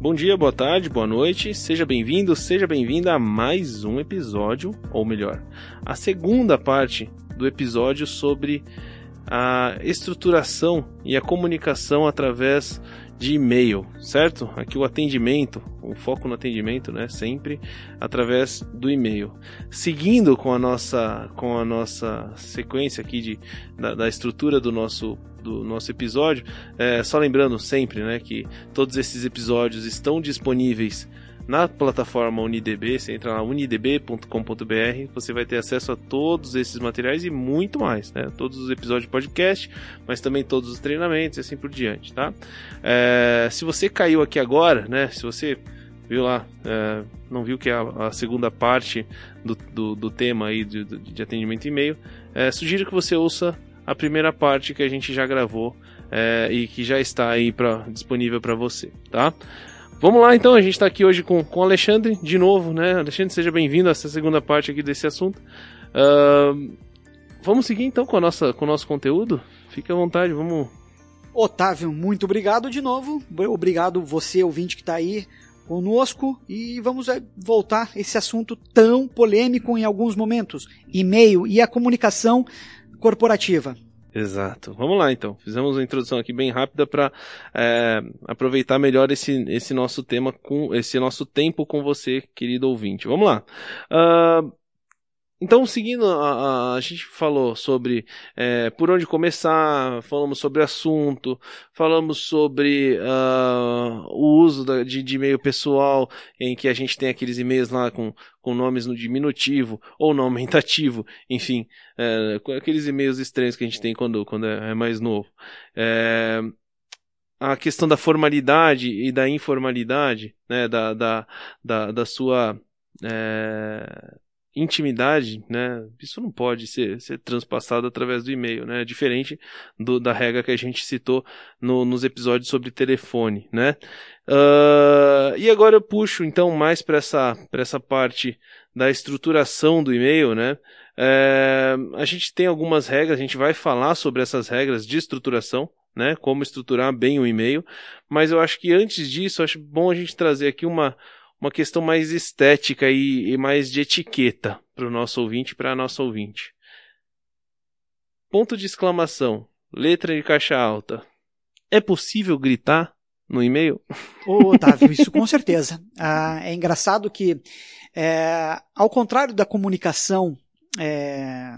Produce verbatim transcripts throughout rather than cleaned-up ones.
Bom dia, boa tarde, boa noite, seja bem-vindo, seja bem-vinda a mais um episódio, ou melhor, a segunda parte do episódio sobre a estruturação e a comunicação através de e-mail, certo? Aqui o atendimento, o foco no atendimento, né, sempre através do e-mail. Seguindo com a nossa, com a nossa sequência aqui de, da, da estrutura do nosso do nosso episódio, é, só lembrando sempre, né, que todos esses episódios estão disponíveis na plataforma UniDB. Você entra lá unidb ponto com ponto b r, você vai ter acesso a todos esses materiais e muito mais, né? Todos os episódios de podcast, mas também todos os treinamentos e assim por diante, tá? É, se você caiu aqui agora, né? Se você viu lá, é, não viu que é a, a segunda parte do, do, do tema aí de, de atendimento e-mail, é, sugiro que você ouça a primeira parte que a gente já gravou é, e que já está aí pra, disponível para você, tá? Vamos lá então, a gente está aqui hoje com, com o Alexandre, de novo, né? Alexandre, seja bem-vindo a essa segunda parte aqui desse assunto. Uh, vamos seguir então com, a nossa, com o nosso conteúdo? Fique à vontade, vamos... Otávio, muito obrigado de novo. Obrigado você, ouvinte, que está aí conosco. E vamos voltar a esse assunto tão polêmico em alguns momentos. E-mail e a comunicação corporativa. Exato. Vamos lá, então. Fizemos uma introdução aqui bem rápida para é, aproveitar melhor esse, esse nosso tema, com esse nosso tempo com você, querido ouvinte. Vamos lá. Uh, então, seguindo, a, a, a gente falou sobre é, por onde começar, falamos sobre assunto, falamos sobre uh, o uso da, de, de e-mail pessoal, em que a gente tem aqueles e-mails lá com, com nomes no diminutivo ou no aumentativo, enfim, é, aqueles e-mails estranhos que a gente tem quando, quando é mais novo. É, a questão da formalidade e da informalidade, né, da, da, da, da sua... É, intimidade, né? Isso não pode ser, ser transpassado através do e-mail, né? Diferente do, da regra que a gente citou no, nos episódios sobre telefone, né? Uh, e agora eu puxo então mais para essa, para essa parte da estruturação do e-mail, né? É, a gente tem algumas regras, a gente vai falar sobre essas regras de estruturação, né? Como estruturar bem o e-mail, mas eu acho que antes disso, acho bom a gente trazer aqui uma uma questão mais estética e, e mais de etiqueta para o nosso ouvinte e para a nossa ouvinte. Ponto de exclamação, letra de caixa alta. É possível gritar no e-mail? Ô, Otávio, isso com certeza. Ah, é engraçado que, é, ao contrário da comunicação é,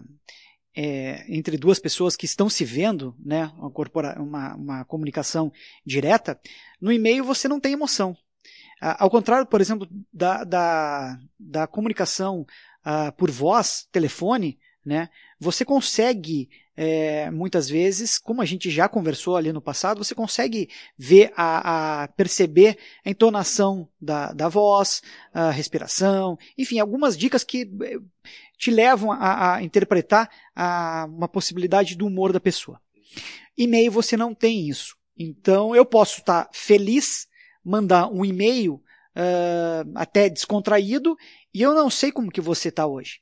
é, entre duas pessoas que estão se vendo, né, uma, corpora, uma, uma comunicação direta, no e-mail você não tem emoção. Ao contrário, por exemplo, da, da, da comunicação uh, por voz, telefone, né, você consegue, é, muitas vezes, como a gente já conversou ali no passado, você consegue ver, a, a perceber a entonação da, da voz, a respiração, enfim, algumas dicas que te levam a, a interpretar a, uma possibilidade do humor da pessoa. E-mail você não tem isso. Então, eu posso estar feliz, mandar um e-mail uh, até descontraído, e eu não sei como que você está hoje.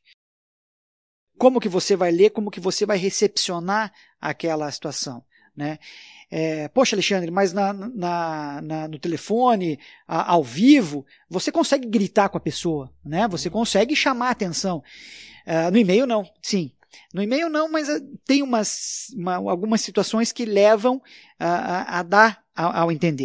Como que você vai ler, como que você vai recepcionar aquela situação, né? É, poxa, Alexandre, mas na, na, na, no telefone, a, ao vivo, você consegue gritar com a pessoa, né? Você consegue chamar a atenção. Uh, no e-mail não, sim. No e-mail não, mas uh, tem umas, uma, algumas situações que levam uh, a, a dar ao, ao entender.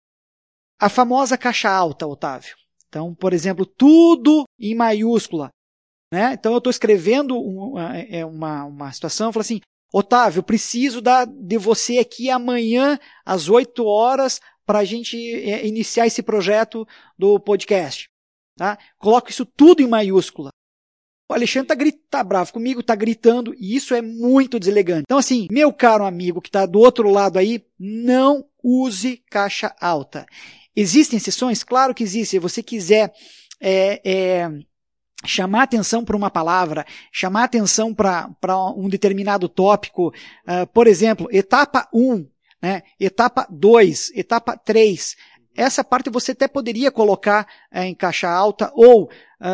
A famosa caixa alta, Otávio. Então, por exemplo, tudo em maiúscula, né? Então, eu estou escrevendo uma, uma, uma situação, eu falo assim, Otávio, eu preciso da, de você aqui amanhã às oito horas para a gente é, iniciar esse projeto do podcast. Tá? Coloco isso tudo em maiúscula. O Alexandre está tá bravo comigo, está gritando, e isso é muito deselegante. Então, assim, meu caro amigo que está do outro lado aí, não use caixa alta. Existem exceções? Claro que existem. Se você quiser é, é, chamar atenção para uma palavra, chamar atenção para um determinado tópico, uh, por exemplo, etapa um, né, etapa dois, etapa três, essa parte você até poderia colocar é, em caixa alta ou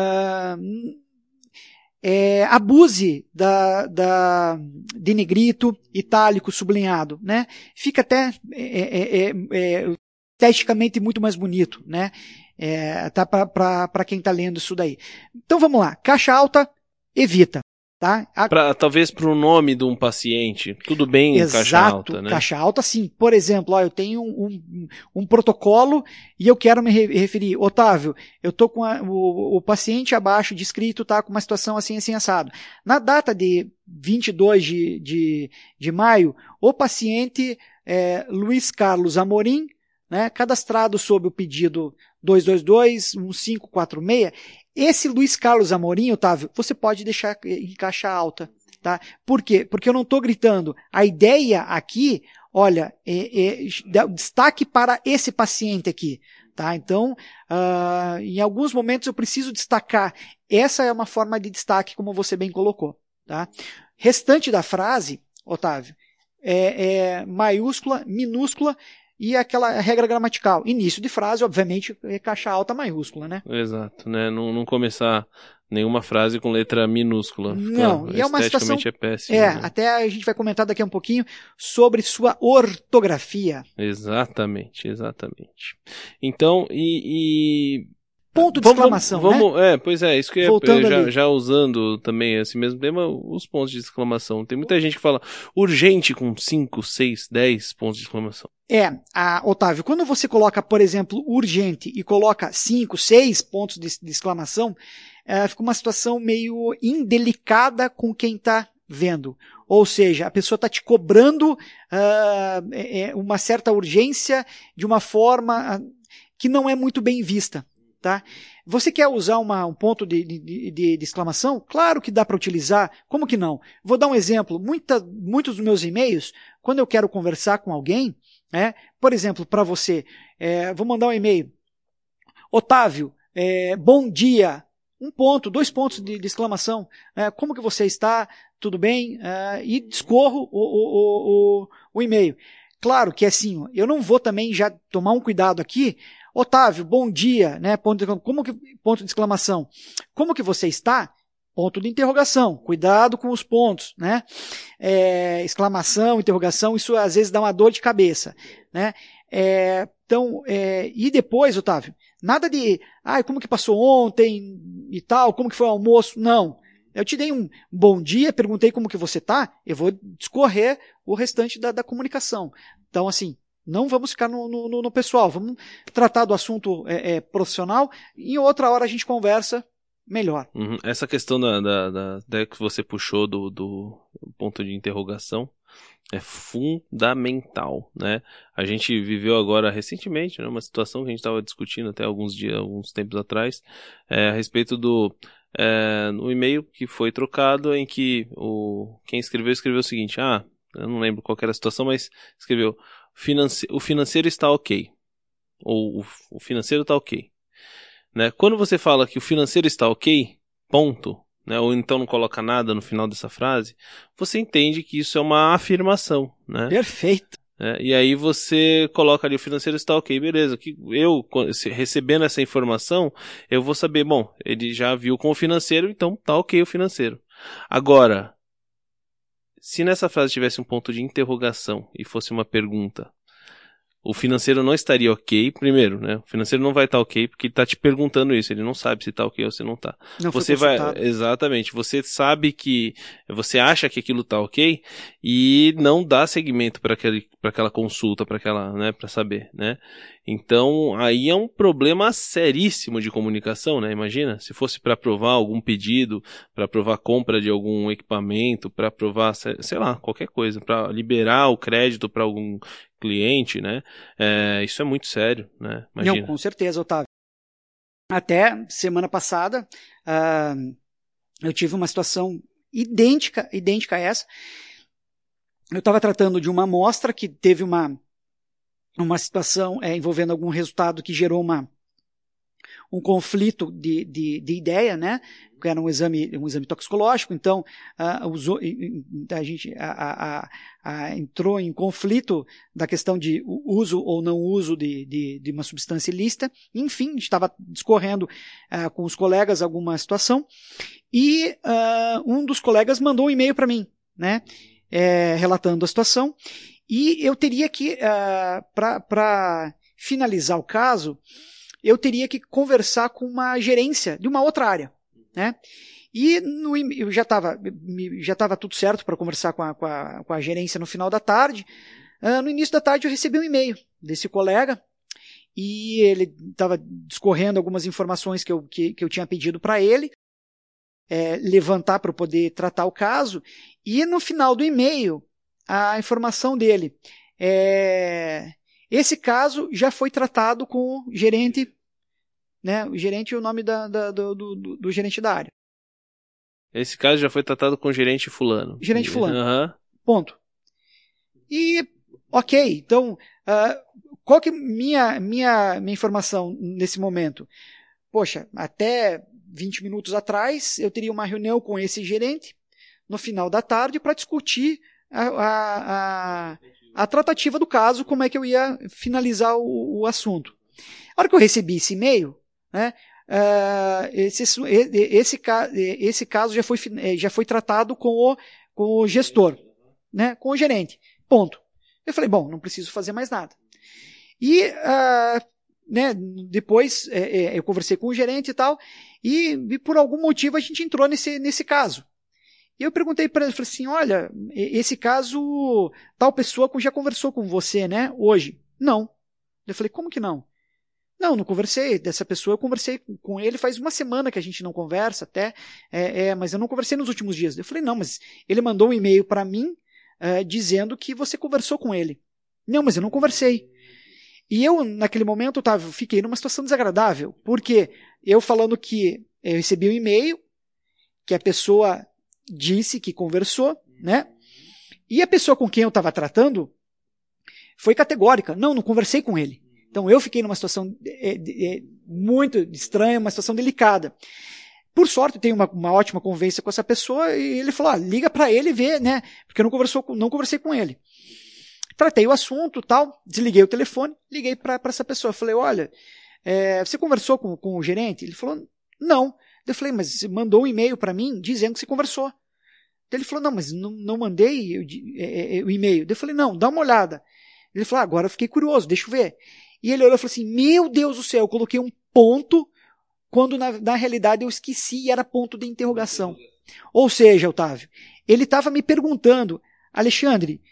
uh, é, abuse da, da, de negrito, itálico, sublinhado, né? Fica até é, é, é, esteticamente muito mais bonito, né? É, tá para quem está lendo isso daí. Então vamos lá, caixa alta, evita. Tá? A... Pra, talvez para o nome de um paciente, tudo bem em caixa alta, né? Caixa alta, sim. Por exemplo, ó, eu tenho um, um, um protocolo e eu quero me referir, Otávio, eu tô com a, o, o paciente abaixo descrito, tá com uma situação assim, assim, assado. Na data de vinte e dois de, de, de maio, o paciente é, Luiz Carlos Amorim, né, cadastrado sob o pedido dois dois dois um cinco quatro seis, esse Luiz Carlos Amorim, Otávio, você pode deixar em caixa alta, tá? Por quê? Porque eu não estou gritando. A ideia aqui, olha, é, é destaque para esse paciente aqui, tá? Então, uh, em alguns momentos eu preciso destacar. Essa é uma forma de destaque, como você bem colocou, tá? Restante da frase, Otávio, é, é maiúscula, minúscula, e aquela regra gramatical. Início de frase, obviamente, é caixa alta maiúscula, né? Exato, né? Não, não começar nenhuma frase com letra minúscula. Não, Fica, e é uma situação... é péssimo. É, né? até a gente vai comentar daqui a um pouquinho sobre sua ortografia. Exatamente, exatamente. Então, e... e... Ponto de vamos, exclamação, vamos, vamos, né? É, pois é, isso que Voltando eu já, ali. já usando também esse mesmo tema, os pontos de exclamação. Tem muita gente que fala urgente com cinco, seis, dez pontos de exclamação. É, a, Otávio, quando você coloca, por exemplo, urgente e coloca cinco, seis pontos de, de exclamação, é, fica uma situação meio indelicada com quem está vendo. Ou seja, a pessoa está te cobrando uh, é, uma certa urgência de uma forma uh, que não é muito bem vista. Tá? Você quer usar uma, um ponto de, de, de, de exclamação? Claro que dá para utilizar. Como que não? Vou dar um exemplo. Muita, muitos dos meus e-mails, quando eu quero conversar com alguém, né, por exemplo, para você, é, vou mandar um e-mail. Otávio, é, bom dia. Um ponto, dois pontos de, de exclamação. É, como que você está? Tudo bem? É, e discorro o, o, o, o e-mail. Claro que assim, eu não vou também já tomar um cuidado aqui. Otávio, bom dia, né? Ponto de, como que, ponto de exclamação. Como que você está? Ponto de interrogação. Cuidado com os pontos, né? É, exclamação, interrogação, isso às vezes dá uma dor de cabeça, né? É, então, é, e depois, Otávio, nada de, ah, como que passou ontem e tal, como que foi o almoço? Não. Eu te dei um bom dia, perguntei como que você está, eu vou discorrer o restante da, da comunicação. Então, assim, não vamos ficar no, no, no pessoal, vamos tratar do assunto é, é, profissional e em outra hora a gente conversa melhor. Uhum. Essa questão da, da, da, da que você puxou do, do ponto de interrogação é fundamental, né? A gente viveu agora recentemente, né, uma situação que a gente estava discutindo até alguns dias, alguns tempos atrás, é, a respeito do é, no e-mail que foi trocado em que o, quem escreveu escreveu o seguinte, ah, eu não lembro qual era a situação, mas escreveu Finance... o financeiro está ok. Ou o, o financeiro está ok. Né? Quando você fala que o financeiro está ok, ponto, né? Ou então não coloca nada no final dessa frase, você entende que isso é uma afirmação. Né? Perfeito. É, e aí você coloca ali o financeiro está ok, beleza. Que eu, recebendo essa informação, eu vou saber, bom, ele já viu com o financeiro, então tá ok o financeiro. Agora, se nessa frase tivesse um ponto de interrogação e fosse uma pergunta, o financeiro não estaria ok, primeiro, né? O financeiro não vai estar ok porque ele está te perguntando isso, ele não sabe se está ok ou se não está. Não você foi vai, exatamente, você sabe que, você acha que aquilo está ok e não dá seguimento para aquela consulta, para aquela, né, para saber, né? Então, aí é um problema seríssimo de comunicação, né? Imagina, se fosse para aprovar algum pedido, para aprovar a compra de algum equipamento, para aprovar, sei lá, qualquer coisa, para liberar o crédito para algum cliente, né? É, isso é muito sério, né? Imagina. Não, com certeza, Otávio. Até semana passada, uh, eu tive uma situação idêntica, idêntica a essa. Eu estava tratando de uma amostra que teve uma uma situação é, envolvendo algum resultado que gerou uma, um conflito de, de, de ideia, né? Que era um exame, um exame toxicológico, então uh, usou, a gente a, a, a, entrou em conflito da questão de uso ou não uso de, de, de uma substância ilícita. Enfim, a gente estava discorrendo uh, com os colegas alguma situação e uh, um dos colegas mandou um e-mail para mim, né? É, relatando a situação. E eu teria que, uh, para finalizar o caso, eu teria que conversar com uma gerência de uma outra área, né? E no, eu já estava já estava tudo certo para conversar com a, com, a, com a gerência no final da tarde. Uh, no início da tarde eu recebi um e-mail desse colega e ele estava discorrendo algumas informações que eu, que, que eu tinha pedido para ele é, levantar para eu poder tratar o caso, e no final do e-mail a informação dele é: esse caso já foi tratado com o gerente, né, o gerente é o nome da, da, do, do, do gerente da área. Esse caso já foi tratado com o gerente fulano. Gerente fulano. Uhum. Ponto. E, ok, então, uh, qual que é minha, minha, minha informação nesse momento? Poxa, até vinte minutos atrás eu teria uma reunião com esse gerente no final da tarde para discutir a, a, a, a tratativa do caso, como é que eu ia finalizar o, o assunto. A hora que eu recebi esse e-mail, né, uh, esse, esse, esse caso já foi, já foi tratado com o, com o gestor, né, com o gerente. Ponto. Eu falei, bom, não preciso fazer mais nada. E uh, né, depois é, é, eu conversei com o gerente e tal, e, e por algum motivo a gente entrou nesse, nesse caso. E eu perguntei para ele, falei assim, olha, esse caso, tal pessoa já conversou com você, né, hoje? Não. Eu falei, como que não? Não, não conversei, dessa pessoa eu conversei com ele faz uma semana que a gente não conversa até, é, é, mas eu não conversei nos últimos dias. Eu falei, não, mas ele mandou um e-mail para mim é, dizendo que você conversou com ele. Não, mas eu não conversei. E eu, naquele momento, Otávio, fiquei numa situação desagradável, porque eu falando que eu recebi um e-mail, que a pessoa disse que conversou, né? E a pessoa com quem eu estava tratando foi categórica. Não, não conversei com ele. Então eu fiquei numa situação é, é, muito estranha, uma situação delicada. Por sorte, eu tenho uma, uma ótima convivência com essa pessoa e ele falou, ah, liga para ele e vê, né? Porque eu não, conversou, não conversei com ele. Tratei o assunto, tal, desliguei o telefone, liguei para essa pessoa. Falei, olha, é, você conversou com, com o gerente? Ele falou, não. Eu falei, mas você mandou um e-mail para mim dizendo que você conversou. Ele falou, não, mas não, não mandei o, é, é, o e-mail. Eu falei, não, dá uma olhada. Ele falou, ah, agora eu fiquei curioso, deixa eu ver. E ele olhou e falou assim, meu Deus do céu, eu coloquei um ponto quando na, na realidade eu esqueci e era ponto de interrogação. Ou seja, Otávio, ele estava me perguntando, Alexandre,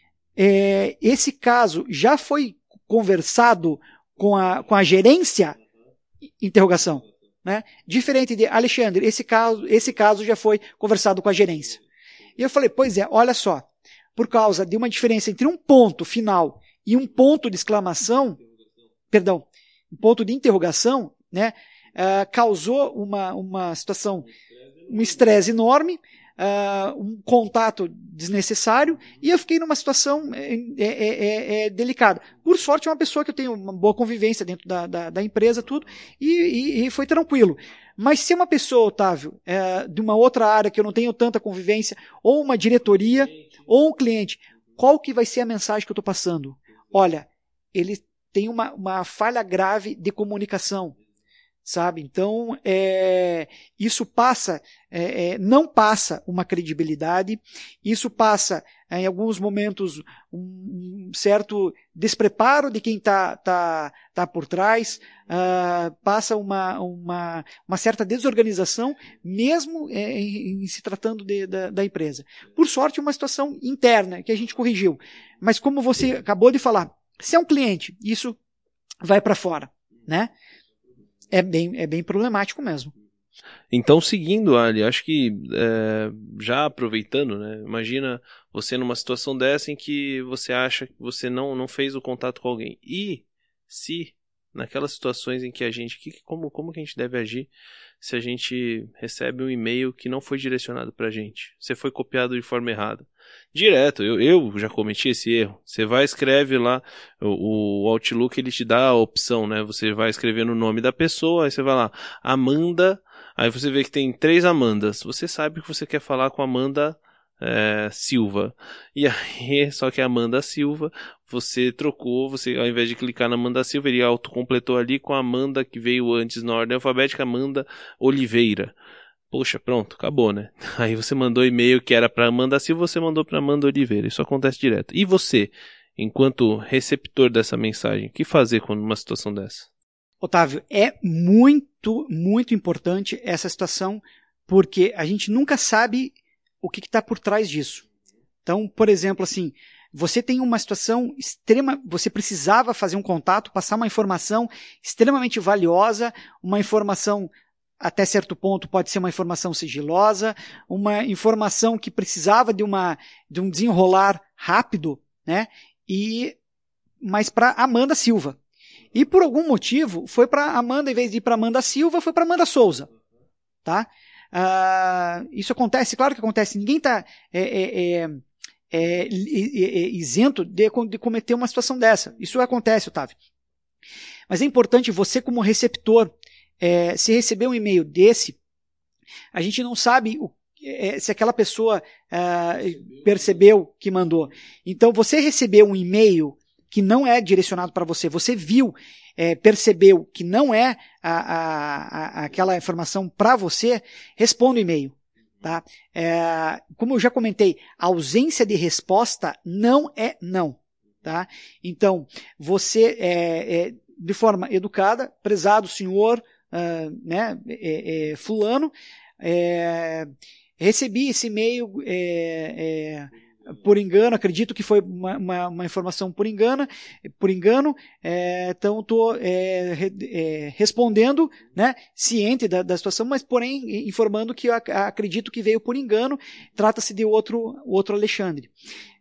é, esse caso já foi conversado com a, com a gerência? Interrogação. Né? Diferente de, Alexandre, esse caso, esse caso já foi conversado com a gerência. E eu falei, pois é, olha só, por causa de uma diferença entre um ponto final e um ponto de exclamação, perdão, um ponto de interrogação, né, uh, causou uma, uma situação, um estresse enorme, uh, um contato desnecessário, e eu fiquei numa situação é, é, é, é, delicada. Por sorte, é uma pessoa que eu tenho uma boa convivência dentro da, da, da empresa, tudo, e, e, e foi tranquilo. Mas se é uma pessoa, Otávio, é, de uma outra área que eu não tenho tanta convivência, ou uma diretoria, ou um cliente, qual que vai ser a mensagem que eu estou passando? Olha, ele tem uma, uma falha grave de comunicação, sabe? Então, é, isso passa, é, é, não passa uma credibilidade, isso passa, em alguns momentos, um certo despreparo de quem está tá, tá por trás, uh, passa uma, uma, uma certa desorganização, mesmo é, em, em se tratando de, da, da empresa. Por sorte, uma situação interna que a gente corrigiu. Mas como você acabou de falar, se é um cliente, isso vai para fora, né? É bem, é bem problemático mesmo. Então, seguindo, Ali, acho que é, já aproveitando, né? Imagina você numa situação dessa em que você acha que você não, não fez o contato com alguém. E se, naquelas situações em que a gente... Que, como, como que a gente deve agir se a gente recebe um e-mail que não foi direcionado pra gente? Você foi copiado de forma errada. Direto, eu, eu já cometi esse erro. Você vai escreve lá, o, o Outlook ele te dá a opção, né? Você vai escrevendo o nome da pessoa, aí você vai lá, Amanda, aí você vê que tem três Amandas. Você sabe que você quer falar com Amanda é, Silva. E aí, só que a Amanda Silva, você trocou, você ao invés de clicar na Amanda Silva, ele autocompletou ali com a Amanda que veio antes na ordem alfabética, Amanda Oliveira. Poxa, pronto, acabou, né? Aí você mandou e-mail que era para Amanda Silva, você mandou para Amanda Oliveira. Isso acontece direto. E você, enquanto receptor dessa mensagem? O que fazer quando numa situação dessa? Otávio, é muito, muito importante essa situação, porque a gente nunca sabe o que está por trás disso. Então, por exemplo, assim, você tem uma situação extrema, você precisava fazer um contato, passar uma informação extremamente valiosa, uma informação até certo ponto pode ser uma informação sigilosa, uma informação que precisava de, uma, de um desenrolar rápido, né? E, mas para Amanda Silva. E por algum motivo, foi para Amanda, em vez de ir para Amanda Silva, foi para Amanda Souza. Tá? Ah, isso acontece, claro que acontece, ninguém está é, é, é, é, é, isento de, de cometer uma situação dessa. Isso acontece, Otávio. Mas é importante você, como receptor, É, se receber um e-mail desse, a gente não sabe o, é, se aquela pessoa é, percebeu que mandou. Então, você recebeu um e-mail que não é direcionado para você, você viu, é, percebeu que não é a, a, a, aquela informação para você, responda o e-mail. Tá? É, como eu já comentei, a ausência de resposta não é não. Tá? Então, você, é, é, de forma educada, prezado senhor, Uh, né, é, é, fulano, é, recebi esse e-mail é, é, por engano, acredito que foi uma, uma, uma informação por engano, por engano é, então estou é, é, respondendo, né, ciente da, da situação, mas porém informando que eu acredito que veio por engano, trata-se de outro, outro Alexandre.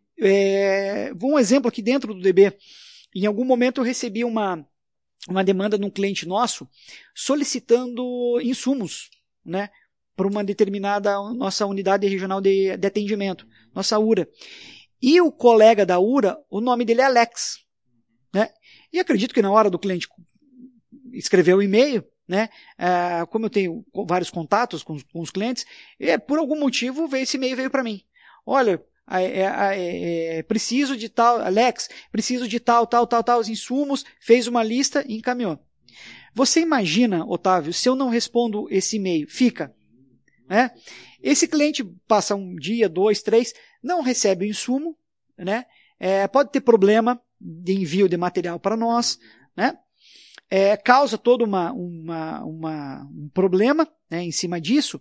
É, um exemplo aqui dentro do D B, em algum momento eu recebi uma uma demanda de um cliente nosso solicitando insumos, né, para uma determinada nossa unidade regional de, de atendimento, nossa U R A. E o colega da U R A, o nome dele é Alex. Né? E acredito que na hora do cliente escrever o e-mail, né, é, como eu tenho vários contatos com, com os clientes, é, por algum motivo veio, esse e-mail veio para mim. Olha, É, é, é, preciso de tal, Alex, preciso de tal, tal, tal, tal, os insumos, fez uma lista e encaminhou. Você imagina, Otávio, se eu não respondo esse e-mail, fica, né? Esse cliente passa um dia, dois, três, não recebe o insumo, né? É, pode ter problema de envio de material para nós, né? É, causa todo uma, uma, uma, um problema, né, em cima disso.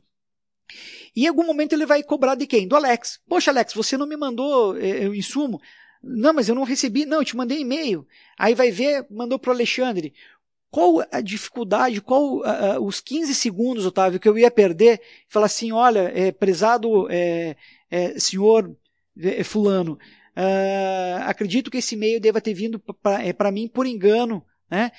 E em algum momento ele vai cobrar de quem? Do Alex. Poxa, Alex, você não me mandou é, o insumo? Não, mas eu não recebi. Não, eu te mandei e-mail. Aí vai ver, mandou para o Alexandre. Qual a dificuldade, qual uh, os quinze segundos, Otávio, que eu ia perder? Falar assim, olha, é, prezado é, é, senhor é, fulano, uh, acredito que esse e-mail deva ter vindo para é, mim por engano. Né?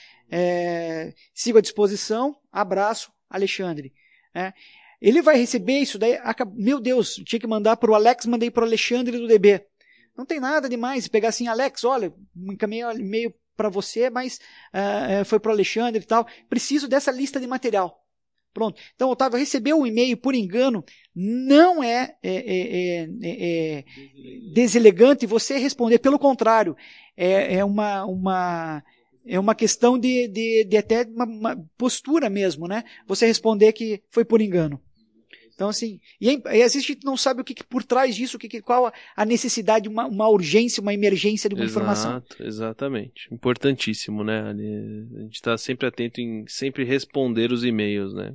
É, sigo à disposição. Abraço, Alexandre. É. Ele vai receber isso daí, meu Deus, tinha que mandar para o Alex, mandei para o Alexandre do D B. Não tem nada demais, pegar assim, Alex, olha, encaminhei um e-mail para você, mas uh, foi para o Alexandre e tal, preciso dessa lista de material. Pronto. Então, Otávio, recebeu o e-mail por engano, não é, é, é, é, é deselegante você responder, pelo contrário, é, é uma... uma É uma questão de, de, de até uma, uma postura mesmo, né? Você responder que foi por engano. Então, assim, e, e às vezes a gente não sabe o que, que por trás disso, o que, que, qual a necessidade, uma, uma urgência, uma emergência de uma Exato, informação. Exatamente. Importantíssimo, né? A gente está sempre atento em sempre responder os e-mails, né?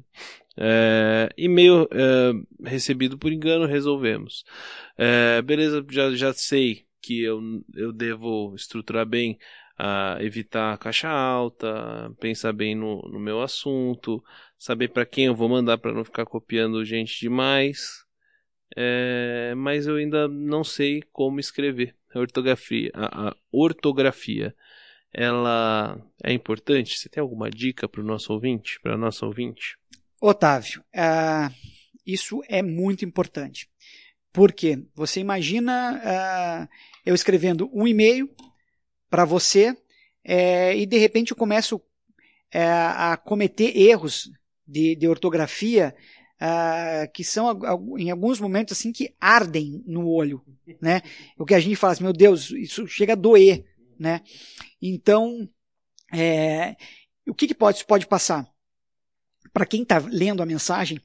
É, e-mail é, recebido por engano, resolvemos. É, beleza, já, já sei que eu, eu devo estruturar bem, a evitar a caixa alta, pensar bem no, no meu assunto, saber para quem eu vou mandar para não ficar copiando gente demais, é, mas eu ainda não sei como escrever. A ortografia, a, a ortografia, ela é importante? Você tem alguma dica para o nosso ouvinte, para a nossa ouvinte? Otávio, uh, isso é muito importante. Porque você imagina uh, eu escrevendo um e-mail para você, é, e de repente eu começo é, a cometer erros de, de ortografia uh, que são em alguns momentos assim que ardem no olho, né? O que a gente fala assim, meu Deus, isso chega a doer, né? Então, é, o que, que pode, isso pode passar? Para quem está lendo a mensagem,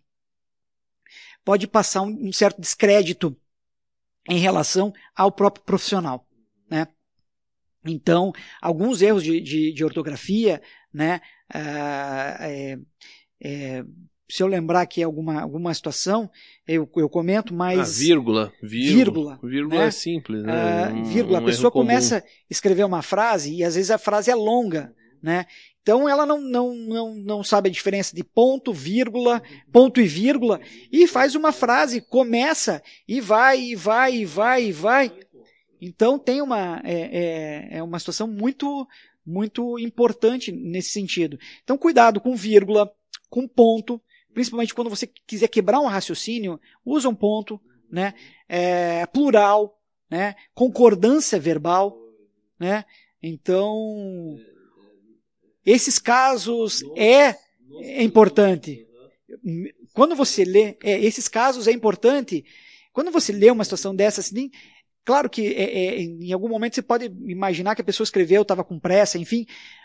pode passar um, um certo descrédito em relação ao próprio profissional, né? Então, alguns erros de, de, de ortografia, né, ah, é, é, se eu lembrar aqui alguma, alguma situação, eu, eu comento, mas... Ah, vírgula. Vírgula. Vírgula, vírgula né? é simples, né? Ah, um, vírgula. um A pessoa erro começa a escrever uma frase e às vezes a frase é longa, né? Então ela não, não, não, não sabe a diferença de ponto, vírgula, ponto e vírgula, e faz uma frase, começa e vai, e vai, e vai, e vai. Então tem uma, é, é, é uma situação muito, muito importante nesse sentido. Então cuidado com vírgula, com ponto, principalmente quando você quiser quebrar um raciocínio, usa um ponto, né? É, plural, né? Concordância verbal, né? Então, esses casos é, é importante. Quando você lê, é, esses casos é importante, quando você lê uma situação dessa, assim, claro que é, é, em algum momento você pode imaginar que a pessoa escreveu, estava com pressa, enfim,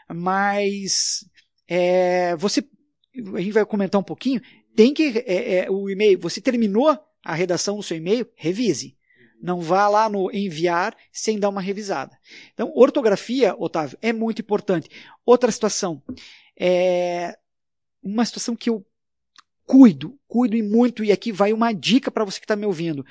mas é, você, a gente vai comentar um pouquinho, tem que, é, é, o e-mail, você terminou a redação do seu e-mail, revise. Não vá lá no enviar sem dar uma revisada. Então, ortografia, Otávio, é muito importante. Outra situação, é uma situação que eu cuido, cuido e muito, e aqui vai uma dica para você que está me ouvindo.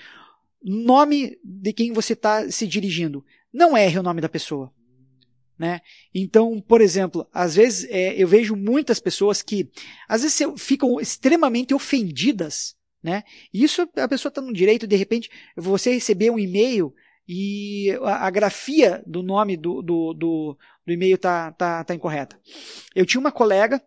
Nome de quem você está se dirigindo. Não erre o nome da pessoa. Né? Então, por exemplo, às vezes é, eu vejo muitas pessoas que às vezes ficam extremamente ofendidas, né? E isso a pessoa está no direito, de repente, você receber um e-mail e a, a grafia do nome do, do, do, do e-mail está tá, tá incorreta. Eu tinha uma colega,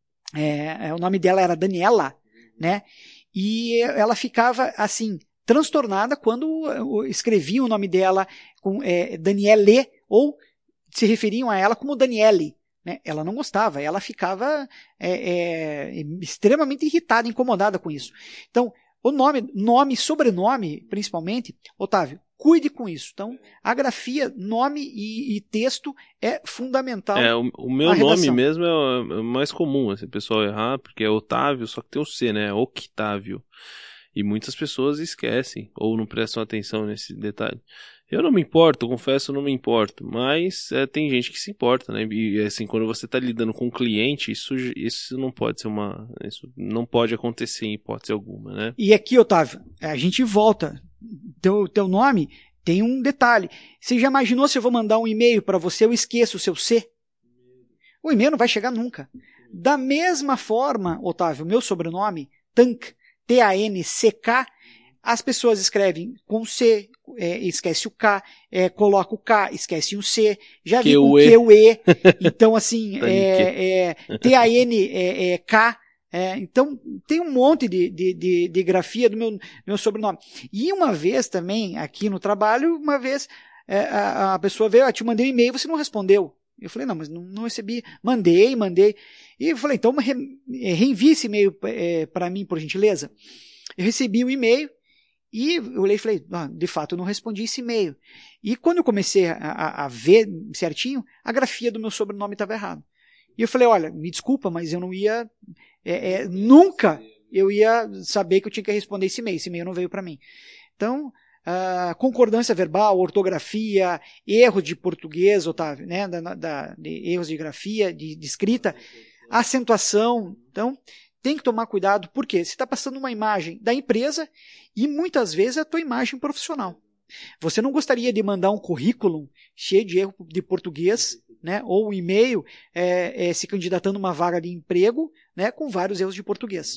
é, o nome dela era Daniela, né? E ela ficava assim, transtornada quando eu escrevia o nome dela com é, Daniele ou se referiam a ela como Daniele. Né? Ela não gostava, ela ficava é, é, extremamente irritada, incomodada com isso. Então, o nome, nome, sobrenome, principalmente, Otávio, cuide com isso. Então, a grafia, nome e, e texto é fundamental. É, o, o meu nome mesmo é o, é o mais comum, assim, o pessoal errar, porque é Otávio, só que tem o C, né? Octávio. E muitas pessoas esquecem, ou não prestam atenção nesse detalhe. Eu não me importo, confesso, eu não me importo, mas é, tem gente que se importa, né? E assim, quando você está lidando com um cliente, isso, isso não pode ser uma. Isso não pode acontecer em hipótese alguma, né? E aqui, Otávio, a gente volta. Teu, teu nome tem um detalhe. Você já imaginou se eu vou mandar um e-mail para você, eu esqueço o seu C? O e-mail não vai chegar nunca. Da mesma forma, Otávio, meu sobrenome, Tank, T A N C K, as pessoas escrevem com C, é, esquece o K, é, coloca o K, esquece o C, já vi com Q, o E. Então, assim, é, é, T A N K. É, então, tem um monte de, de, de, de grafia do meu, meu sobrenome. E uma vez também, aqui no trabalho, uma vez é, a, a pessoa veio, ah, te mandei um e-mail, você não respondeu. Eu falei, não, mas não, não recebi. Mandei, mandei. E eu falei, então re, reenvie esse e-mail é, para mim, por gentileza. Eu recebi o e-mail e eu olhei e falei, ah, de fato, eu não respondi esse e-mail. E quando eu comecei a, a, a ver certinho, a grafia do meu sobrenome estava errada. E eu falei, olha, me desculpa, mas eu não ia... É, é, nunca eu ia saber que eu tinha que responder esse e-mail. Esse e-mail não veio para mim. Então... Uh, concordância verbal, ortografia, erro de português, Otávio, né, da, da, de erros de grafia, de, de escrita, acentuação. Então, tem que tomar cuidado, porque você está passando uma imagem da empresa e muitas vezes é a tua imagem profissional. Você não gostaria de mandar um currículo cheio de erro de português, né, ou um e-mail é, é, se candidatando a uma vaga de emprego, né, com vários erros de português.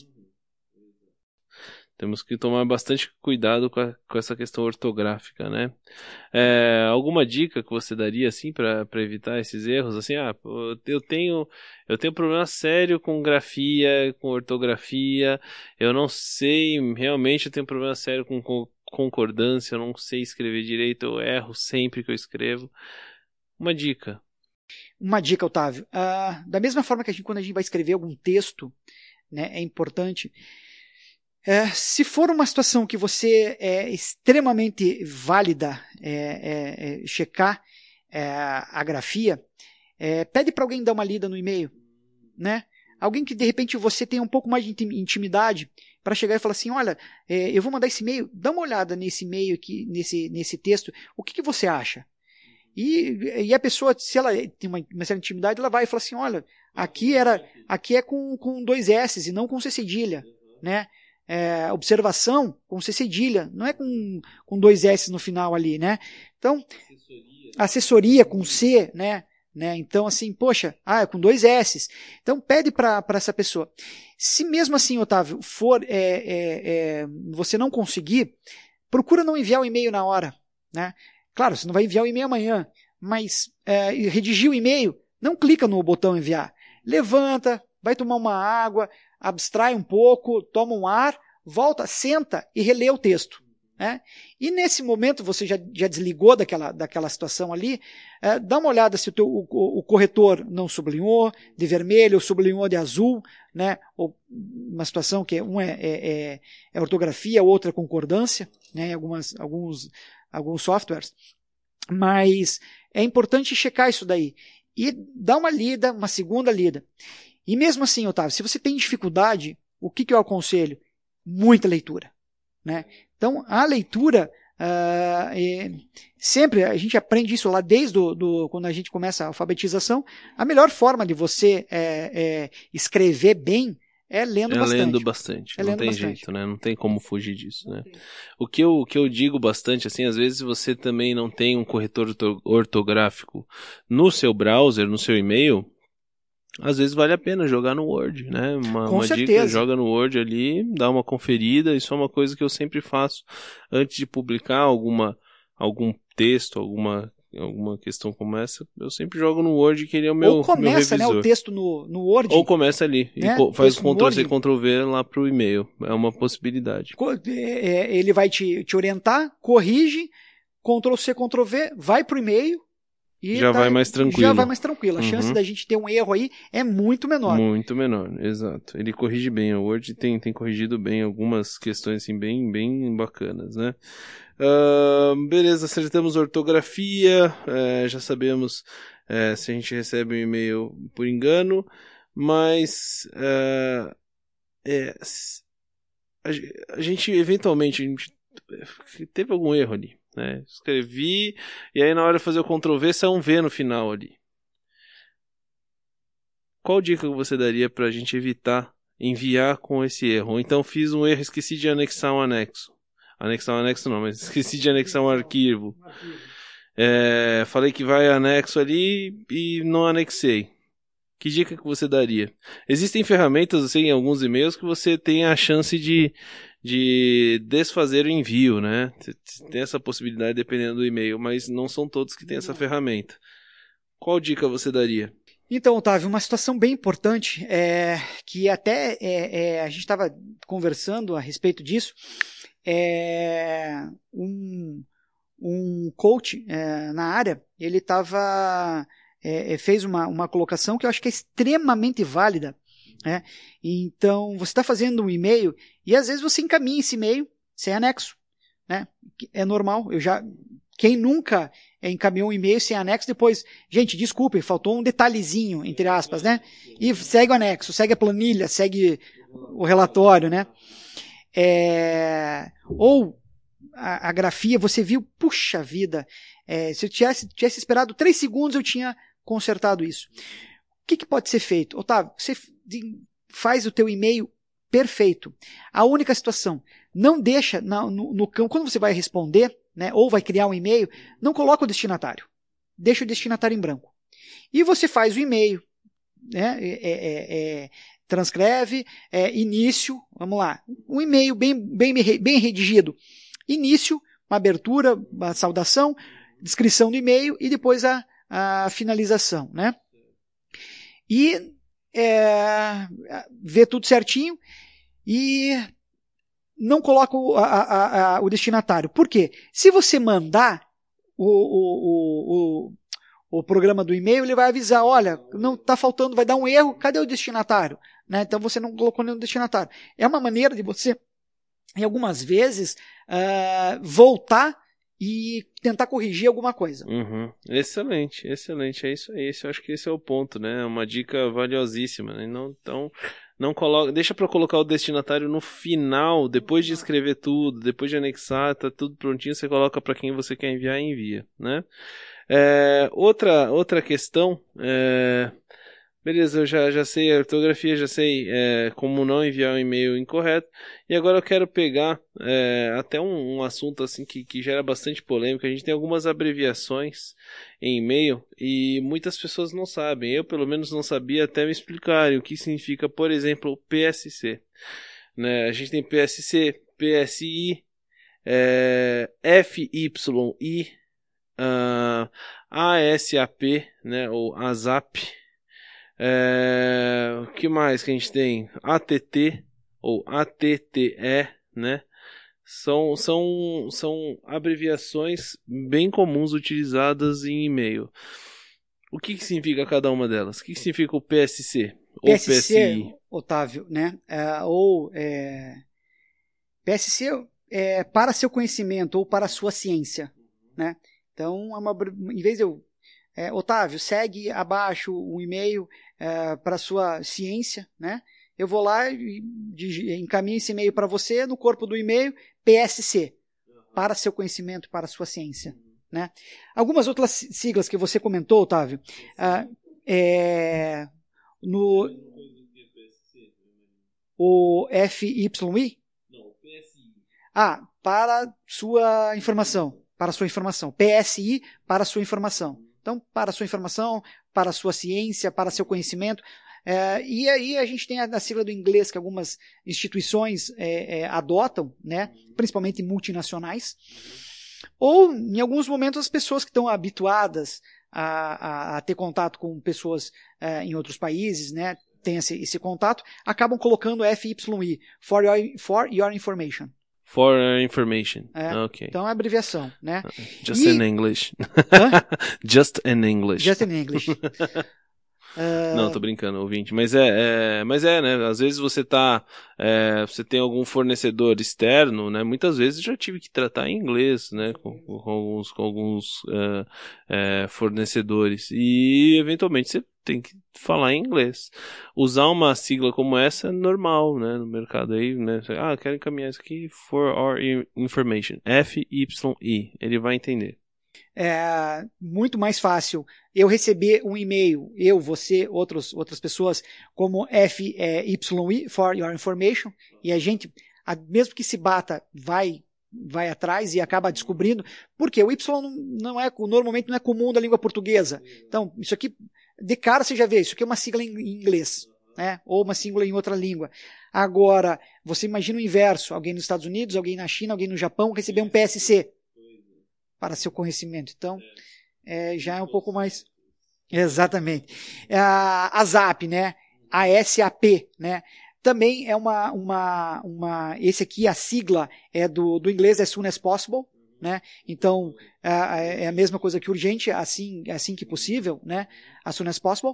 Temos que tomar bastante cuidado com, a, com essa questão ortográfica, né? É, alguma dica que você daria, assim, para evitar esses erros? Assim, ah, eu tenho, eu tenho problema sério com grafia, com ortografia, eu não sei, realmente eu tenho problema sério com, com concordância, eu não sei escrever direito, eu erro sempre que eu escrevo. Uma dica. Uma dica, Otávio. Ah, da mesma forma que a gente, quando a gente vai escrever algum texto, né, é importante... É, se for uma situação que você é extremamente válida é, é, é, checar é, a grafia, é, pede para alguém dar uma lida no e-mail, né? Alguém que de repente você tenha um pouco mais de intimidade para chegar e falar assim, olha, é, eu vou mandar esse e-mail, dá uma olhada nesse e-mail aqui, nesse, nesse texto, o que, que você acha? E, e a pessoa, se ela tem uma, uma certa intimidade, ela vai e fala assim, olha, aqui, era, aqui é com, com dois S e não com C cedilha, né? É, observação com C cedilha, não é com, com dois S no final ali, né? Então, assessoria com C, né? Né? Então, assim, poxa, ah, é com dois S. Então, pede para essa pessoa. Se mesmo assim, Otávio, for é, é, é, você não conseguir, procura não enviar o e-mail na hora, né? Claro, você não vai enviar o e-mail amanhã, mas é, redigir o e-mail, não clica no botão enviar. Levanta, vai tomar uma água, abstrai um pouco, toma um ar, volta, senta e relê o texto. Né? E nesse momento você já, já desligou daquela, daquela situação ali, é, dá uma olhada se o, teu, o, o corretor não sublinhou de vermelho ou sublinhou de azul, né? Ou uma situação que um é, é, é ortografia, outra é concordância, né? Em algumas, alguns, alguns softwares, mas é importante checar isso daí e dar uma lida, uma segunda lida. E mesmo assim, Otávio, se você tem dificuldade, o que, que eu aconselho? Muita leitura, né? Então, a leitura, uh, é, sempre, a gente aprende isso lá desde do, do, quando a gente começa a alfabetização, a melhor forma de você é, é, escrever bem é lendo é bastante. lendo bastante, é não lendo tem bastante. jeito, né? Não tem como fugir disso, né? O que, eu, o que eu digo bastante, assim, às vezes você também não tem um corretor ortográfico no seu browser, no seu e-mail, às vezes vale a pena jogar no Word, né? Uma, Com uma certeza. dica, joga no Word ali, dá uma conferida. Isso é uma coisa que eu sempre faço antes de publicar alguma, algum texto, alguma, alguma questão como essa. Eu sempre jogo no Word, que ele é o meu, Ou começa, meu revisor. né, o texto no, no Word. Ou começa ali, né? e co- faz Texto no control C, Word. control V lá pro e-mail. É uma possibilidade. Co- é, Ele vai te, te orientar, corrige, control C, control V, vai para o e-mail. E Já tá, vai mais tranquilo. Já vai mais tranquilo. A Uhum. chance da gente ter um erro aí é muito menor. Muito menor, exato. Ele corrige bem. O Word tem, tem corrigido bem algumas questões assim, bem, bem bacanas, né? Uh, beleza, acertamos ortografia. É, já sabemos é, se a gente recebe um e-mail por engano. Mas uh, é, a, a gente, eventualmente, a gente teve algum erro ali. Né? Escrevi, e aí na hora de fazer o control V, sai um V no final ali. Qual dica que você daria para a gente evitar enviar com esse erro? Ou então fiz um erro, esqueci de anexar um anexo. Anexar um anexo não, mas esqueci de anexar um arquivo. É, falei que vai anexo ali e não anexei. Que dica que você daria? Existem ferramentas, assim, em alguns e-mails que você tem a chance de, de desfazer o envio, né? Tem essa possibilidade dependendo do e-mail, mas não são todos que têm essa ferramenta. Qual dica você daria? Então, Otávio, uma situação bem importante, é, que até é, é, a gente estava conversando a respeito disso, é, um, um coach é, na área, ele estava... É, fez uma, uma colocação que eu acho que é extremamente válida. Né? Então, você está fazendo um e-mail e às vezes você encaminha esse e-mail sem anexo. Né? É normal. Eu já, quem nunca encaminhou um e-mail sem anexo, depois, gente, desculpe, faltou um detalhezinho, entre aspas, né? E segue o anexo, segue a planilha, segue o relatório, né? É, ou a, a grafia, você viu, puxa vida, é, se eu tivesse, tivesse esperado três segundos, eu tinha consertado isso. O que, que pode ser feito? Otávio, você faz o teu e-mail perfeito. A única situação, não deixa no, no, no campo, quando você vai responder, né, ou vai criar um e-mail, não coloca o destinatário. Deixa o destinatário em branco. E você faz o e-mail, né, é, é, é, transcreve, é, início, vamos lá, um e-mail bem, bem, bem redigido. Início, uma abertura, uma saudação, descrição do e-mail e depois a, a finalização, né? E é, vê tudo certinho e não coloca o, a, a, a, o destinatário. Por quê? Se você mandar o, o, o, o programa do e-mail, ele vai avisar, olha, não está faltando, vai dar um erro, cadê o destinatário? Né? Então você não colocou nenhum destinatário. É uma maneira de você, em algumas vezes, uh, voltar e tentar corrigir alguma coisa. Uhum. Excelente, excelente, é isso aí. Esse, eu acho que esse é o ponto, né? Uma dica valiosíssima, né? Não, então, não coloca, deixa para colocar o destinatário no final, depois de escrever tudo, depois de anexar, tá tudo prontinho, você coloca para quem você quer enviar e envia, né? É, outra, outra questão, é, beleza, eu já, já sei a ortografia, já sei é, como não enviar um e-mail incorreto, e agora eu quero pegar é, até um, um assunto assim que, que gera bastante polêmica. A gente tem algumas abreviações em e-mail e muitas pessoas não sabem, eu pelo menos não sabia até me explicarem o que significa, por exemplo, P S C. Né? A gente tem P S C, P S I, é, F Y I, uh, A S A P, né, ou ASAP. É, o que mais que a gente tem? A T T ou A T T E, né? São, são, são abreviações bem comuns utilizadas em e-mail. O que, que significa cada uma delas? O que, que significa o P S C ou P S C, P S I? Otávio, né? É, ou é, P S C é para seu conhecimento ou para sua ciência, né? Então, é uma, em vez de eu É, Otávio, segue abaixo o e-mail é, para sua ciência, né? Eu vou lá e encaminho esse e-mail para você no corpo do e-mail P S C, para seu conhecimento, para sua ciência, né? Algumas outras siglas que você comentou, Otávio, ah, é, no o F Y I? Não, P S I. Ah, para sua informação, para sua informação, P S I para sua informação. Então, para a sua informação, para a sua ciência, para seu conhecimento. É, e aí a gente tem a, a sigla do inglês que algumas instituições é, é, adotam, né, principalmente multinacionais. Ou, em alguns momentos, as pessoas que estão habituadas a, a, a ter contato com pessoas é, em outros países, né, têm esse, esse contato, acabam colocando F Y I, for your, for your information. For information. É, okay. Então é abreviação, né? Just e... in English. Just in English. Just in English. uh... Não, tô brincando, ouvinte. Mas é, é, mas é, né? Às vezes você tá, é, você tem algum fornecedor externo, né? Muitas vezes eu já tive que tratar em inglês, né? Com, com alguns, com alguns uh, é, fornecedores e eventualmente você tem que falar em inglês. Usar uma sigla como essa é normal, né? No mercado aí, né? Ah, quero encaminhar isso aqui for our information. F Y I. Ele vai entender. É muito mais fácil eu receber um e-mail, eu, você, outros, outras pessoas, como F Y I, for your information, e a gente, mesmo que se bata, vai vai atrás e acaba descobrindo, porque o Y não é, normalmente não é comum da língua portuguesa. Então, isso aqui, de cara você já vê, isso aqui é uma sigla em inglês, né? Ou uma sigla em outra língua. Agora, você imagina o inverso, alguém nos Estados Unidos, alguém na China, alguém no Japão, receber um P S C para seu conhecimento. Então, é, já é um pouco mais... Exatamente. A, a ZAP, né? A S A P, né? Também é uma, uma, uma... Esse aqui, a sigla é do, do inglês, as soon as possible, né? Então, é, é a mesma coisa que urgente, assim, assim que possível, né? As soon as possible.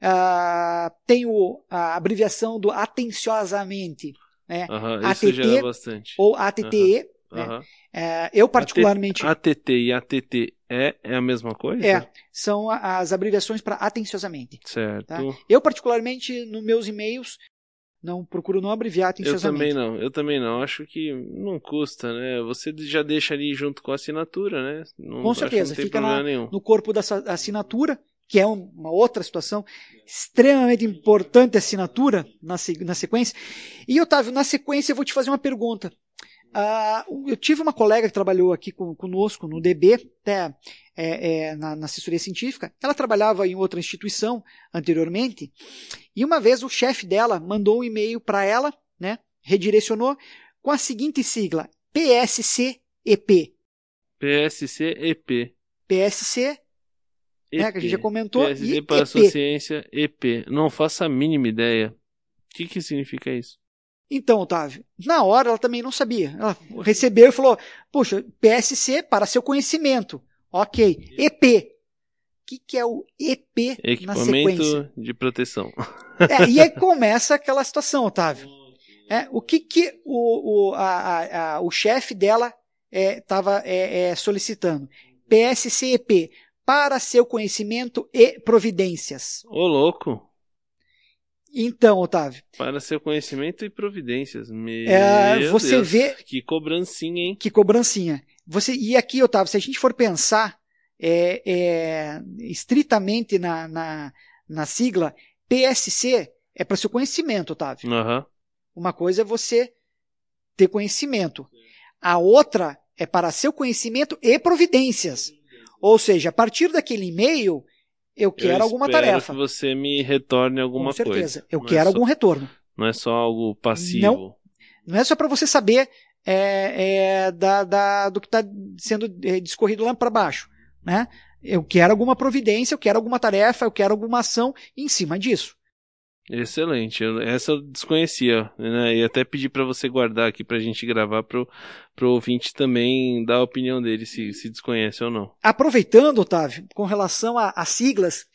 Uh, tem o, a abreviação do atenciosamente, né? Uh-huh, A T T, isso gera bastante. ou A T T E, uh-huh. Né? Uh-huh. É, eu particularmente... A T T e A T T E é a mesma coisa? É, são as abreviações para atenciosamente. Certo. Tá? Eu particularmente, nos meus e-mails, não procuro não abreviar atenciosamente. Eu também não, eu também não. Acho que não custa, né? Você já deixa ali junto com a assinatura, né? Não, com certeza, não tem fica problema na, nenhum. no corpo da assinatura, que é uma outra situação extremamente importante, a assinatura na, na sequência. E, Otávio, na sequência eu vou te fazer uma pergunta. Uh, eu tive uma colega que trabalhou aqui com, conosco no D B, até é, é, na, na assessoria científica. Ela trabalhava em outra instituição anteriormente, e uma vez o chefe dela mandou um e-mail para ela, né, redirecionou com a seguinte sigla: P S C E P. P S C E P. P S C, né, que a gente já comentou. P S C e para E P. a sua ciência, E P. Não faço a mínima ideia. O que, que significa isso? Então, Otávio, na hora ela também não sabia. Ela recebeu e falou, puxa, P S C para seu conhecimento. Ok. E P. O que, que é o E P na sequência? Equipamento de proteção. É, e aí começa aquela situação, Otávio. É, o que, que o, o, a, a, a, o chefe dela estava é, é, é, solicitando? P S C E P, para seu conhecimento e providências. Ô, louco. Então, Otávio. Para seu conhecimento e providências. Meu é, você Deus, vê que cobrancinha, hein? Que cobrancinha. Você, e aqui, Otávio, se a gente for pensar, é, é estritamente na, na, na sigla, P S C é para seu conhecimento, Otávio. Uhum. Uma coisa é você ter conhecimento. A outra é para seu conhecimento e providências. Ou seja, a partir daquele e-mail, eu quero eu alguma espero tarefa. que você me retorne alguma coisa. Com certeza. coisa. Eu não quero é algum só, retorno. Não é só algo passivo. Não, não é só para você saber é, é, da, da, do que está sendo discorrido lá para baixo. Né? Eu quero alguma providência, eu quero alguma tarefa, eu quero alguma ação em cima disso. Excelente, eu, essa eu desconhecia, né? E até pedi para você guardar aqui pra gente gravar pro, pro ouvinte também dar a opinião dele, se, se desconhece ou não. Aproveitando, Otávio, com relação às siglas,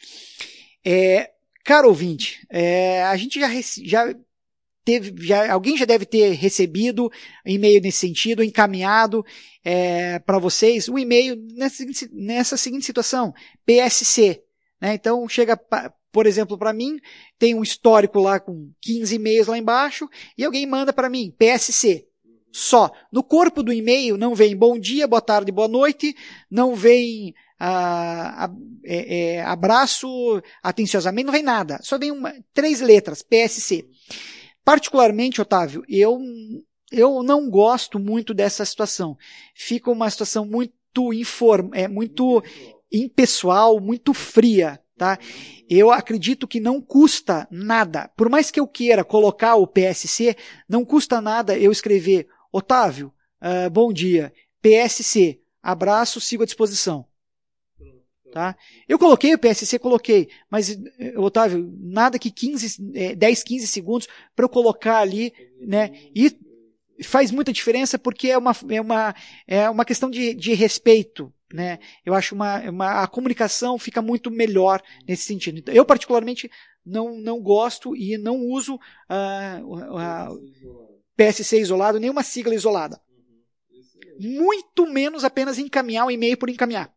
é, caro ouvinte, é, a gente já, já teve, já, alguém já deve ter recebido e-mail nesse sentido, encaminhado é, para vocês o e-mail nessa, nessa seguinte situação, P S C, né? Então chega pra, por exemplo, para mim, tem um histórico lá com quinze e-mails lá embaixo, e alguém manda para mim, P S C, só. No corpo do e-mail não vem bom dia, boa tarde, boa noite, não vem ah, a, é, é, abraço, atenciosamente, não vem nada. Só vem uma, três letras, P S C. Particularmente, Otávio, eu, eu não gosto muito dessa situação. Fica uma situação muito, inform, é, muito impessoal, muito fria. Tá? Eu acredito que não custa nada, por mais que eu queira colocar o P S C, não custa nada eu escrever, Otávio, uh, bom dia, P S C, abraço, sigo à disposição. Tá? Eu coloquei o P S C, coloquei, mas, Otávio, nada que quinze, dez, quinze segundos para eu colocar ali, né? E faz muita diferença porque é uma, é uma, é uma questão de, de respeito. Né? Eu acho uma, uma a comunicação fica muito melhor nesse sentido. Então, eu particularmente não, não gosto e não uso uh, a P S C isolado, nenhuma sigla isolada. Muito menos apenas encaminhar um e-mail por encaminhar.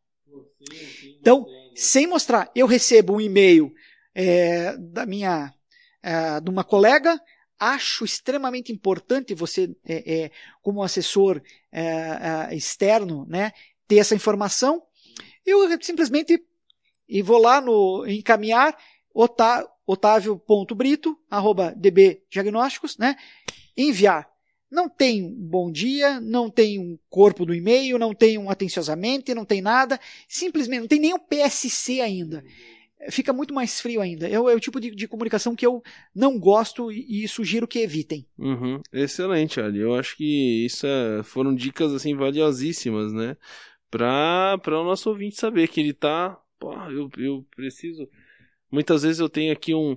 Então, sem mostrar, eu recebo um e-mail é, da minha é, de uma colega, acho extremamente importante você, é, é, como assessor é, é, externo, né, ter essa informação, eu simplesmente e vou lá no encaminhar otávio ponto brito arroba d b diagnósticos, né, enviar. Não tem um bom dia, não tem um corpo do e-mail, não tem um atenciosamente, não tem nada, simplesmente não tem nem o P S C ainda. Fica muito mais frio ainda. É, é o tipo de, de comunicação que eu não gosto e, e sugiro que evitem. Uhum, excelente, Ali. Eu acho que isso é, foram dicas assim valiosíssimas, né? Para o nosso ouvinte saber que ele tá. Pô, eu, eu preciso. Muitas vezes eu tenho aqui um,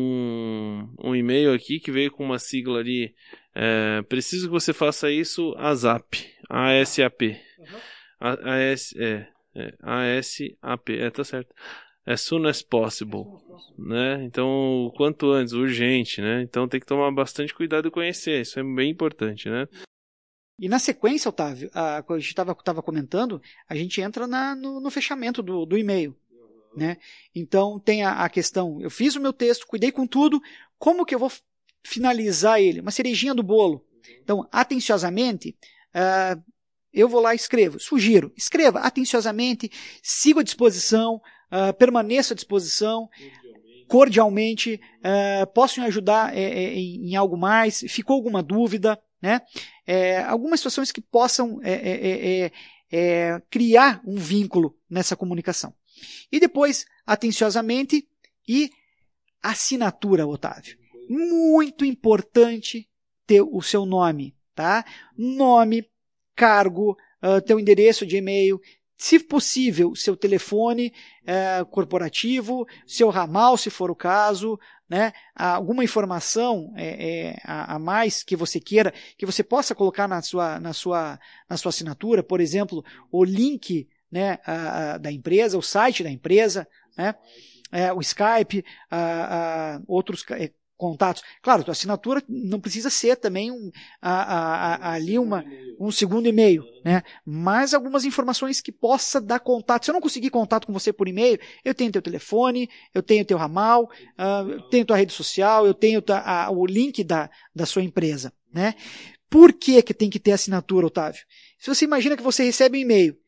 um, um e-mail aqui que veio com uma sigla ali. É, preciso que você faça isso ASAP. A S A P. Uhum. A, a S, é, é, A S A P. É, tá certo. As soon as possible, né? Então, o quanto antes, urgente, né? Então tem que tomar bastante cuidado e conhecer, isso é bem importante, né? E na sequência, Otávio, a, a gente estava comentando, a gente entra na, no, no fechamento do, do e-mail, né? Então tem a, a questão, eu fiz o meu texto, cuidei com tudo, como que eu vou finalizar ele? Uma cerejinha do bolo. Então, atenciosamente, uh, eu vou lá e escrevo, sugiro, escreva atenciosamente, sigo à disposição, Uh, permaneço à disposição, cordialmente, cordialmente uh, posso me ajudar é, é, em, em algo mais, ficou alguma dúvida, né? É, algumas situações que possam é, é, é, é, criar um vínculo nessa comunicação. E depois, atenciosamente, e assinatura, Otávio. Muito importante ter o seu nome, tá? Nome, cargo, uh, teu endereço de e-mail, se possível, seu telefone é, corporativo, seu ramal, se for o caso, né? Alguma informação é, é, a, a mais que você queira, que você possa colocar na sua, na sua, na sua assinatura, por exemplo, o link, né, a, a, da empresa, o site da empresa, né? É, o Skype, a, a, outros é, contatos. Claro, a assinatura não precisa ser também um, a, a, a, ali uma, um segundo e-mail, né? Mas algumas informações que possa dar contato. Se eu não conseguir contato com você por e-mail, eu tenho teu telefone, eu tenho teu ramal, uh, eu tenho tua rede social, eu tenho a, a, o link da, da sua empresa, né? Por que que tem que ter assinatura, Otávio? Se você imagina que você recebe um e-mail,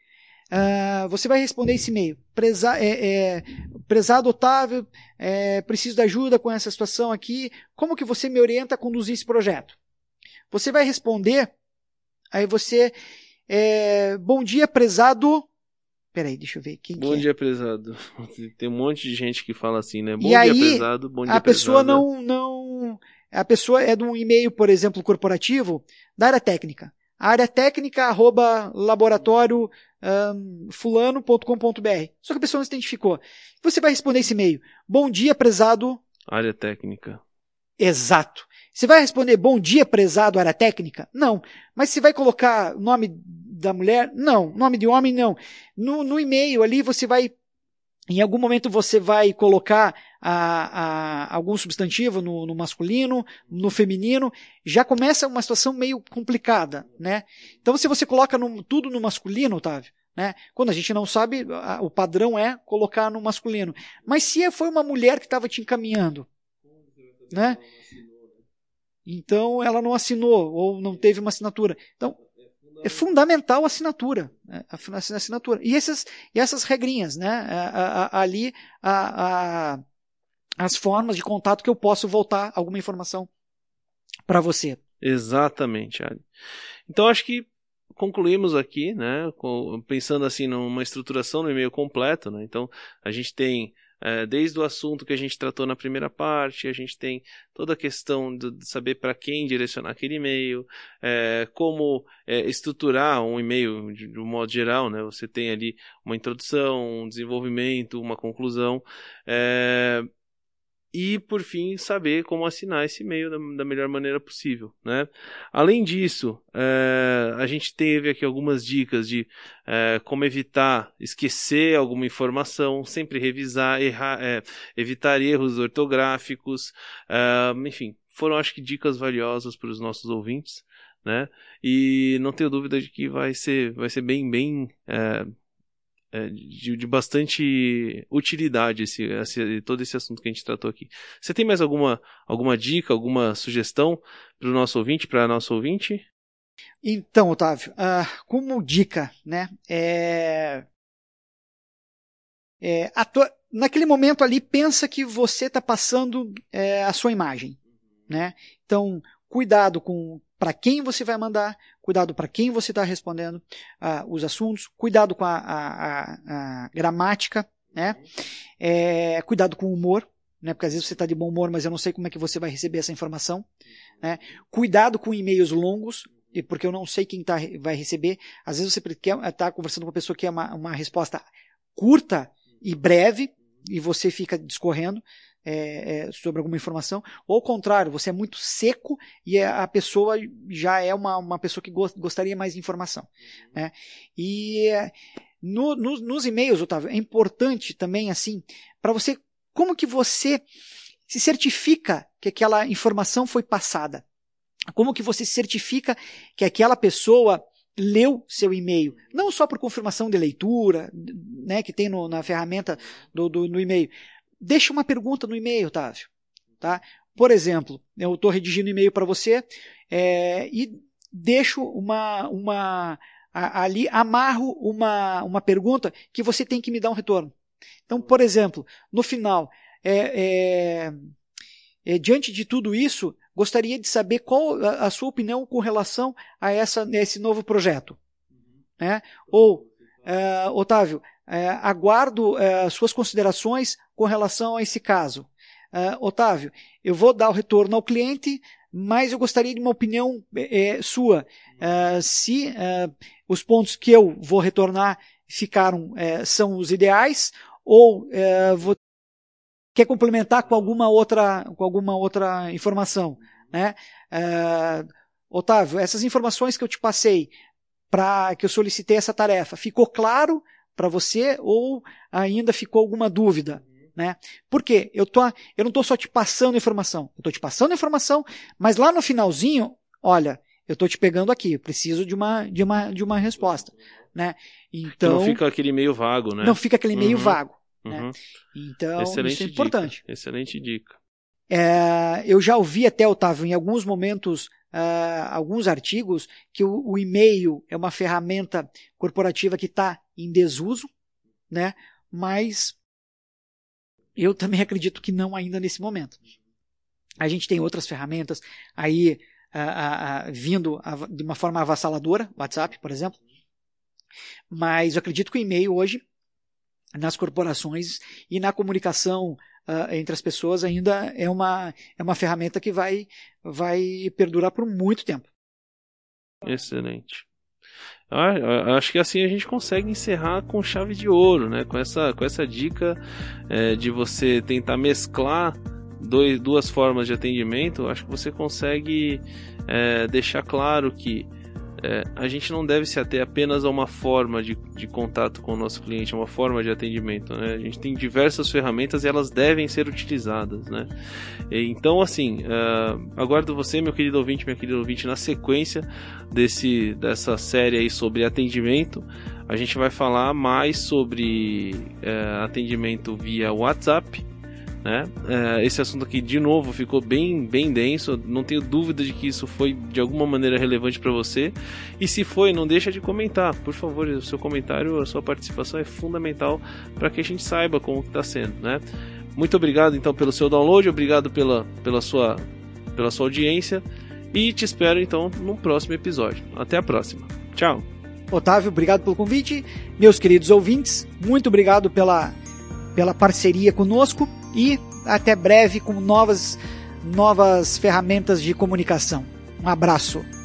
uh, você vai responder esse e-mail. Preza, é, é, prezado Otávio, é, preciso de ajuda com essa situação aqui. Como que você me orienta a conduzir esse projeto? Você vai responder, aí você... É, bom dia, prezado... Peraí, deixa eu ver quem Bom que dia, é. prezado. Tem um monte de gente que fala assim, né? Bom E dia, aí, prezado. Bom dia, a pessoa prezada. não, não... A pessoa é de um e-mail, por exemplo, corporativo, da área técnica. A área técnica, arroba laboratório um, fulano ponto com ponto b r. Só que a pessoa não se identificou. Você vai responder esse e-mail. Bom dia, prezado... Área técnica. Exato. Você vai responder bom dia, prezado, área técnica? Não. Mas você vai colocar o nome da mulher? Não. Nome de homem? Não. No, no e-mail ali você vai, em algum momento você vai colocar a, a, algum substantivo no, no masculino, no feminino. Já começa uma situação meio complicada, né? Então se você coloca no, tudo no masculino, Otávio, né? Quando a gente não sabe, a, o padrão é colocar no masculino. Mas se foi uma mulher que estava te encaminhando, né? Então ela não assinou ou não teve uma assinatura. Então é fundamental a assinatura, né? a assinatura e essas e essas regrinhas, né? A, a, a, ali a, a, as formas de contato que eu posso voltar alguma informação para você. Exatamente, Ali. Então acho que concluímos aqui, né? Pensando assim numa estruturação no e-mail completo, né? Então a gente tem É, desde o assunto que a gente tratou na primeira parte, a gente tem toda a questão de, de saber para quem direcionar aquele e-mail, é, como é, estruturar um e-mail de, de um modo geral, né? Você tem ali uma introdução, um desenvolvimento, uma conclusão, é, e por fim saber como assinar esse e-mail da, da melhor maneira possível, né? Além disso, é, a gente teve aqui algumas dicas de é, como evitar esquecer alguma informação, sempre revisar, errar, é, evitar erros ortográficos, é, enfim, foram acho que dicas valiosas para os nossos ouvintes, né? E não tenho dúvida de que vai ser, vai ser bem, bem é, De, de bastante utilidade esse, esse, todo esse assunto que a gente tratou aqui. Você tem mais alguma, alguma dica, alguma sugestão para o nosso ouvinte, para a nossa ouvinte? Então, Otávio, uh, como dica, né, é, é, atua, naquele momento ali, pensa que você está passando é, a sua imagem, né? Então, cuidado com para quem você vai mandar, cuidado para quem você está respondendo uh, os assuntos, cuidado com a, a, a, a gramática, né? É, cuidado com o humor, né? Porque às vezes você está de bom humor, mas eu não sei como é que você vai receber essa informação, né? Cuidado com e-mails longos, porque eu não sei quem tá, vai receber. Às vezes você está conversando com uma pessoa que é uma, uma resposta curta e breve, e você fica discorrendo É, é, sobre alguma informação, ou ao contrário, você é muito seco e a pessoa já é uma, uma pessoa que gostaria mais de informação, né? E no, no, nos e-mails, Otávio, é importante também assim, para você, como que você se certifica que aquela informação foi passada? Como que você se certifica que aquela pessoa leu seu e-mail? Não só por confirmação de leitura, né, que tem no, na ferramenta do, do, no e-mail. Deixa uma pergunta no e-mail, Otávio. Tá? Por exemplo, eu estou redigindo e-mail para você é, e deixo uma, uma a, ali, amarro uma, uma pergunta que você tem que me dar um retorno. Então, por exemplo, no final, é, é, é, diante de tudo isso, gostaria de saber qual a, a sua opinião com relação a, essa, a esse novo projeto. Né? Ou, é, Otávio, É, aguardo é, suas considerações com relação a esse caso. É, Otávio, eu vou dar o retorno ao cliente, mas eu gostaria de uma opinião é, sua. É, se é, os pontos que eu vou retornar ficaram, é, são os ideais, ou é, vou, quer complementar com alguma outra, com alguma outra informação. Né? É, Otávio, essas informações que eu te passei, para que eu solicitei essa tarefa, ficou claro para você ou ainda ficou alguma dúvida? Né? Por quê? Eu, tô, eu não estou só te passando informação, eu estou te passando informação, mas lá no finalzinho, olha, eu estou te pegando aqui, eu preciso de uma, de uma, de uma resposta. Né? Então, que não fica aquele meio vago, né? Não fica aquele meio uhum, vago. Uhum. Né? Então, Excelente isso é importante. Dica. Excelente dica. É, eu já ouvi até, Otávio, em alguns momentos, uh, alguns artigos, que o, o e-mail é uma ferramenta corporativa que está em desuso, né? Mas eu também acredito que não ainda nesse momento. A gente tem outras ferramentas aí a, a, a, vindo a, de uma forma avassaladora, WhatsApp, por exemplo, mas eu acredito que o e-mail hoje, nas corporações e na comunicação uh, entre as pessoas, ainda é uma, é uma ferramenta que vai, vai perdurar por muito tempo. Excelente. Ah, acho que assim a gente consegue encerrar com chave de ouro, né? Com essa, com essa dica é, de você tentar mesclar dois, duas formas de atendimento. Acho que você consegue é, deixar claro que é, a gente não deve se ater apenas a uma forma de, de contato com o nosso cliente, a uma forma de atendimento, né? A gente tem diversas ferramentas e elas devem ser utilizadas, né? E, então, assim, uh, aguardo você, meu querido ouvinte, minha querida ouvinte, na sequência desse, dessa série aí sobre atendimento. A gente vai falar mais sobre uh, atendimento via WhatsApp, né? Uh, esse assunto aqui, de novo, ficou bem, bem denso. Não tenho dúvida de que isso foi de alguma maneira relevante para você. E se foi, não deixa de comentar, por favor. O seu comentário, a sua participação é fundamental para que a gente saiba como está sendo, né? Muito obrigado então pelo seu download, obrigado pela, pela, sua, pela sua audiência e te espero então no próximo episódio. Até a próxima. Tchau. Otávio, obrigado pelo convite. Meus queridos ouvintes, muito obrigado pela, pela parceria conosco e até breve com novas, novas ferramentas de comunicação. Um abraço.